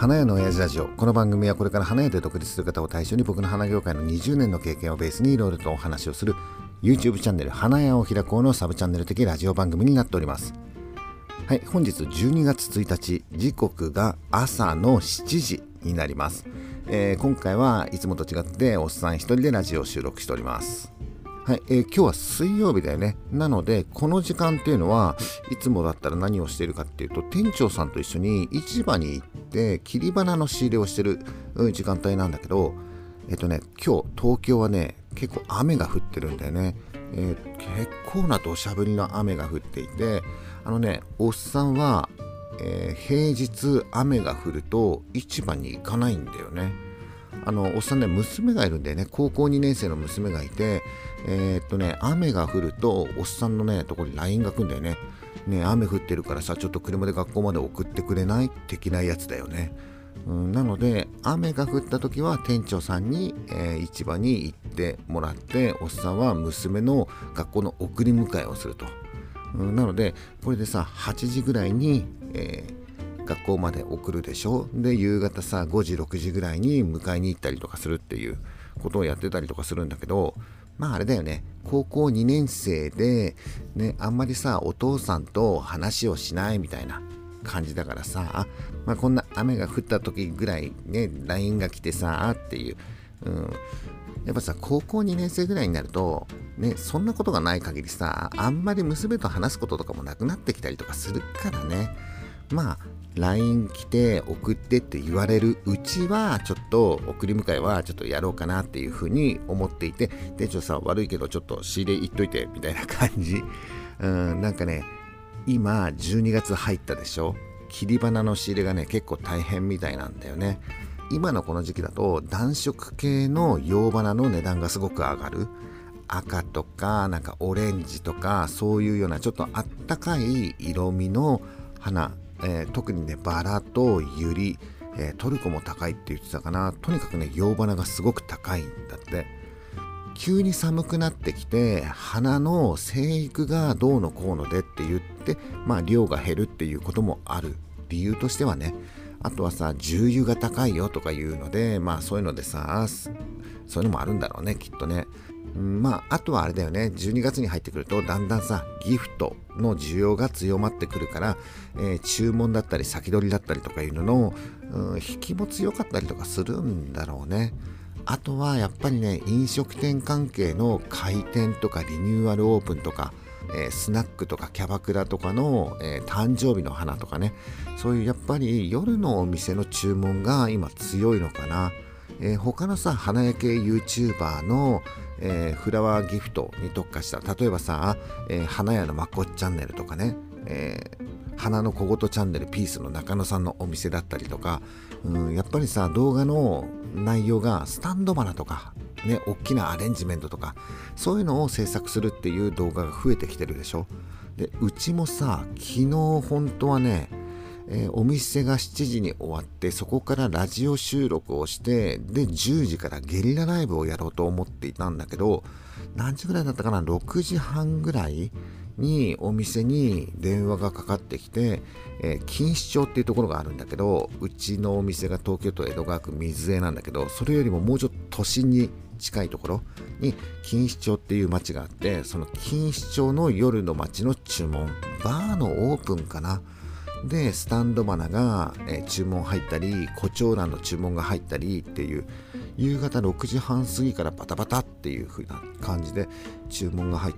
花屋の親父ラジオ。この番組はこれから花屋で独立する方を対象に僕の花業界の20年の経験をベースにいろいろとお話をする YouTube チャンネル花屋を開こうのサブチャンネル的ラジオ番組になっております。はい、本日12月1日、時刻が朝の7時になります。今回はいつもと違っておっさん一人でラジオを収録しております。はい、今日は水曜日だよね。なのでこの時間っていうのはいつもだったら何をしているかっていうと、店長さんと一緒に市場に行って切り花の仕入れをしてる時間帯なんだけど、今日東京はね結構雨が降ってるんだよね。結構な土砂降りの雨が降っていて、おっさんは、平日雨が降ると市場に行かないんだよね。おっさんね、娘がいるんだよね。高校2年生の娘がいて、雨が降るとおっさんのねところに LINE が来るんだよね。雨降ってるからさ、ちょっと車で学校まで送ってくれない的なやつだよね。なので雨が降った時は店長さんに、市場に行ってもらって、おっさんは娘の学校の送り迎えをすると。なのでこれでさ、8時ぐらいに、学校まで送るでしょ。で夕方さ5時6時ぐらいに迎えに行ったりとかするっていうことをやってたりとかするんだけど、まああれだよね、高校2年生でね、あんまりさお父さんと話をしないみたいな感じだからさ、こんな雨が降った時ぐらいね LINE が来てさっていう、やっぱさ高校2年生ぐらいになるとね、そんなことがない限りさ、あんまり娘と話すこととかもなくなってきたりとかするからね。LINE 来て送ってって言われるうちはちょっと送り迎えはちょっとやろうかなっていうふうに思っていて、店長さん悪いけどちょっと仕入れ行っといてみたいな感じ。なんかね、今12月入ったでしょ。切り花の仕入れがね結構大変みたいなんだよね。今のこの時期だと暖色系の洋花の値段がすごく上がる。赤とかなんかオレンジとかそういうようなちょっとあったかい色味の花、特にねバラとユリ、トルコも高いって言ってたかな。とにかくね洋花がすごく高いんだって。急に寒くなってきて花の生育がどうのこうのでって言って、量が減るっていうこともある。理由としてはね、あとはさ重油が高いよとかいうので、そういうのでさ、そういうのもあるんだろうねきっとね。あとはあれだよね、12月に入ってくるとだんだんさギフトの需要が強まってくるから、注文だったり先取りだったりとかいうのの、引きも強かったりとかするんだろうね。あとはやっぱりね、飲食店関係の開店とかリニューアルオープンとか、スナックとかキャバクラとかの、誕生日の花とかね、そういうやっぱり夜のお店の注文が今強いのかな。他のさ花焼け YouTuber の、フラワーギフトに特化した、例えばさ、花屋のまこっチャンネルとかね、花の小言チャンネルピースの中野さんのお店だったりとか、やっぱりさ動画の内容がスタンド花とかね、大きなアレンジメントとかそういうのを制作するっていう動画が増えてきてるでしょ。でうちもさ昨日本当はね、お店が7時に終わって、そこからラジオ収録をして、で10時からゲリラライブをやろうと思っていたんだけど、何時ぐらいだったかな、6時半ぐらいにお店に電話がかかってきて、錦糸町っていうところがあるんだけど、うちのお店が東京都江戸川区水江なんだけど、それよりももうちょっと都心に近いところに錦糸町っていう町があって、その錦糸町の夜の街の注文、バーのオープンかなでスタンド花が、注文入ったり、胡蝶蘭の注文が入ったりっていう、夕方6時半過ぎからバタバタっていう風な感じで注文が入って、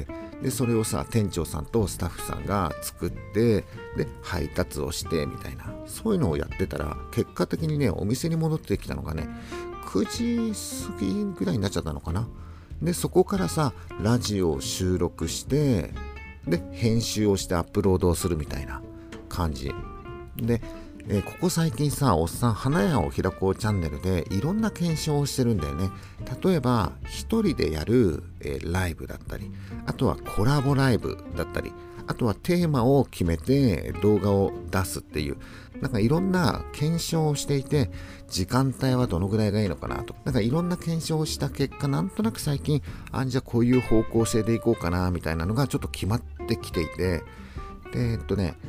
でそれをさ店長さんとスタッフさんが作って、で配達をしてみたいな、そういうのをやってたら、結果的にねお店に戻ってきたのがね9時過ぎぐらいになっちゃったのかな。でそこからさラジオを収録して、で編集をしてアップロードをするみたいな感じで、ここ最近さおっさん花屋を開こうチャンネルでいろんな検証をしてるんだよね。例えば一人でやる、ライブだったり、あとはコラボライブだったり、あとはテーマを決めて動画を出すっていう、なんかいろんな検証をしていて、時間帯はどのぐらいがいいのかなと、なんかいろんな検証をした結果、なんとなく最近じゃあこういう方向性でいこうかなみたいなのがちょっと決まってきていて、で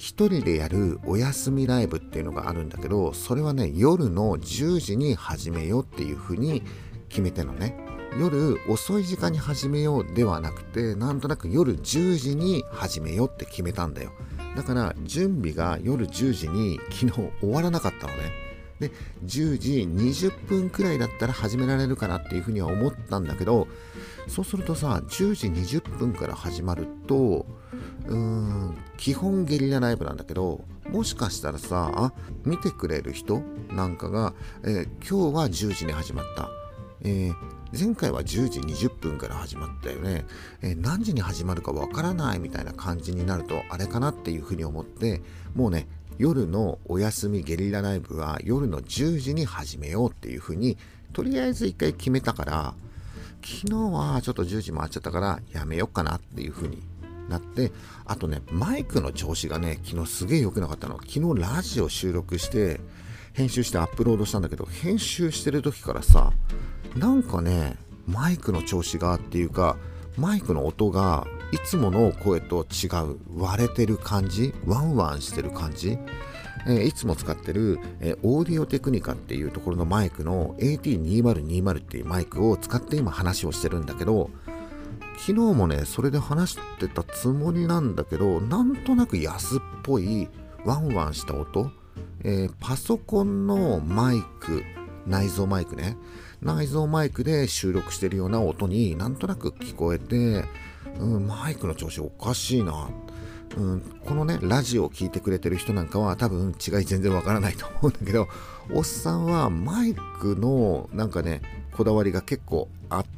一人でやるお休みライブっていうのがあるんだけど、それはね夜の10時に始めようっていうふうに決めてのね。夜遅い時間に始めようではなくて、なんとなく夜10時に始めようって決めたんだよ。だから準備が夜10時に昨日終わらなかったのね。で10時20分くらいだったら始められるかなっていうふうには思ったんだけど、そうするとさ、10時20分から始まると基本ゲリラライブなんだけど、もしかしたらさ、見てくれる人なんかが、今日は10時に始まった、前回は10時20分から始まったよね、何時に始まるかわからないみたいな感じになるとあれかなっていうふうに思って、もうね夜のお休みゲリラライブは夜の10時に始めようっていうふうにとりあえず一回決めたから、昨日はちょっと10時回っちゃったからやめようかなっていうふうになって、あとねマイクの調子がね昨日すげえ良くなかったの。昨日ラジオ収録して編集してアップロードしたんだけど、編集してる時からさ、なんかねマイクの調子がっていうか、マイクの音がいつもの声と違う、割れてる感じ、ワンワンしてる感じ、いつも使ってる、オーディオテクニカっていうところのマイクの AT2020 っていうマイクを使って今話をしてるんだけど、昨日もねそれで話してたつもりなんだけど、なんとなく安っぽいワンワンした音、パソコンのマイク、内蔵マイクね、内蔵マイクで収録してるような音になんとなく聞こえて、マイクの調子おかしいな、このねラジオを聞いてくれてる人なんかは多分違い全然わからないと思うんだけど、おっさんはマイクのなんかねこだわりが結構あって、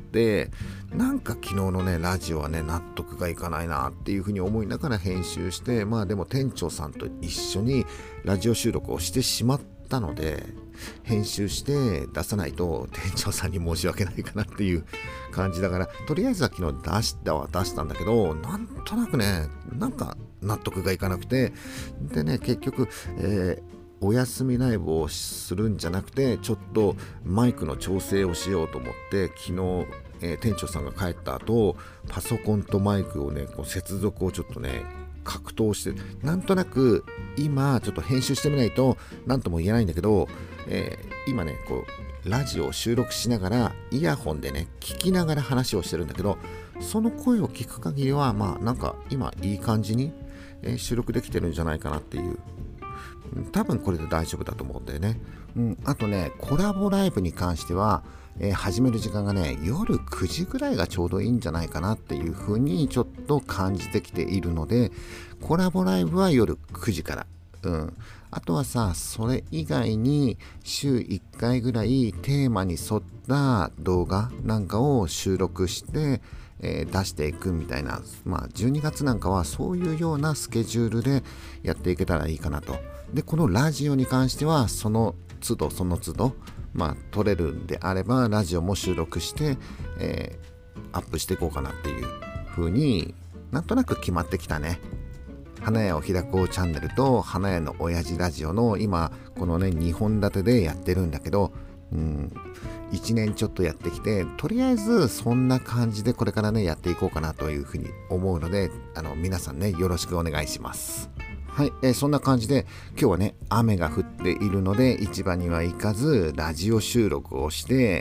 なんか昨日のねラジオはね納得がいかないなっていうふうに思いながら編集して、まあでも店長さんと一緒にラジオ収録をしてしまったので、編集して出さないと店長さんに申し訳ないかなっていう感じだから、とりあえずは昨日出したんだけど、なんとなくねなんか納得がいかなくて、でね結局、お休みライブをするんじゃなくて、ちょっとマイクの調整をしようと思って昨日、店長さんが帰った後パソコンとマイクをねこう接続をちょっとね格闘して、なんとなく今ちょっと編集してみないと何とも言えないんだけど、今ねこうラジオを収録しながらイヤホンでね聞きながら話をしてるんだけど、その声を聞く限りはまあなんか今いい感じに、収録できてるんじゃないかなっていう、多分これで大丈夫だと思うんだよね。あとねコラボライブに関しては、始める時間がね夜9時ぐらいがちょうどいいんじゃないかなっていう風にちょっと感じてきているので、コラボライブは夜9時から、あとはさそれ以外に週1回ぐらいテーマに沿った動画なんかを収録して出していくみたいな、12月なんかはそういうようなスケジュールでやっていけたらいいかなと。でこのラジオに関してはその都度撮れるんであればラジオも収録して、アップしていこうかなっていう風になんとなく決まってきたね。花屋を開こうチャンネルと花屋の親父ラジオの今このね2本立てでやってるんだけど、1年ちょっとやってきて、とりあえずそんな感じでこれからねやっていこうかなというふうに思うので、皆さんねよろしくお願いします。はい、そんな感じで今日はね雨が降っているので市場には行かずラジオ収録をして、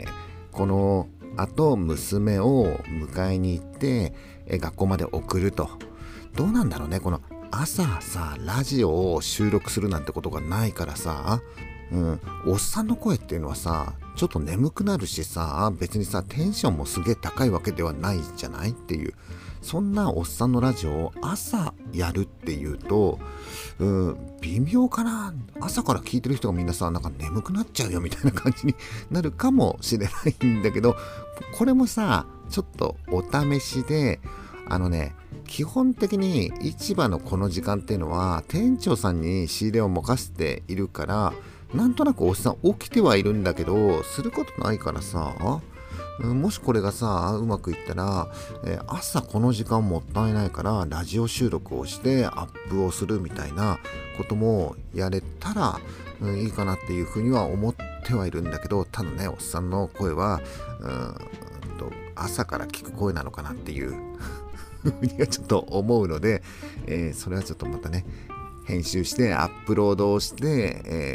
この後娘を迎えに行って学校まで送ると。どうなんだろうね、この朝さラジオを収録するなんてことがないからさ、おっさんの声っていうのはさちょっと眠くなるしさ、別にさテンションもすげえ高いわけではないじゃないっていう、そんなおっさんのラジオを朝やるっていうと微妙かな。朝から聞いてる人がみんなさなんか眠くなっちゃうよみたいな感じになるかもしれないんだけど、これもさちょっとお試しで、基本的に市場のこの時間っていうのは店長さんに仕入れを任せているから、なんとなくおっさん起きてはいるんだけどすることないからさ、もしこれがさうまくいったら、朝この時間もったいないからラジオ収録をしてアップをするみたいなこともやれたら、いいかなっていうふうには思ってはいるんだけど、ただねおっさんの声は朝から聞く声なのかなっていうふうにはちょっと思うので、それはちょっとまたね編集してアップロードをして、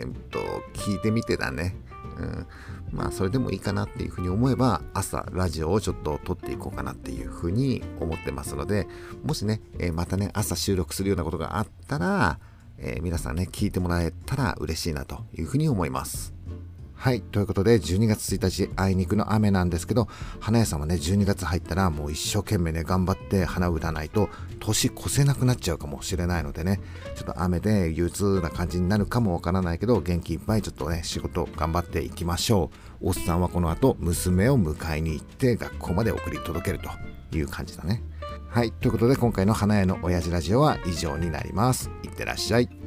聞いてみてだね。まあそれでもいいかなっていうふうに思えば、朝ラジオをちょっと撮っていこうかなっていうふうに思ってますので、もしね、またね朝収録するようなことがあったら、皆さんね聞いてもらえたら嬉しいなというふうに思います。はい。ということで、12月1日、あいにくの雨なんですけど、花屋さんはね、12月入ったらもう一生懸命ね、頑張って花を売らないと、年越せなくなっちゃうかもしれないのでね、ちょっと雨で憂鬱な感じになるかもわからないけど、元気いっぱいちょっとね、仕事頑張っていきましょう。おっさんはこの後、娘を迎えに行って、学校まで送り届けるという感じだね。はい。ということで、今回の花屋の親父ラジオは以上になります。いってらっしゃい。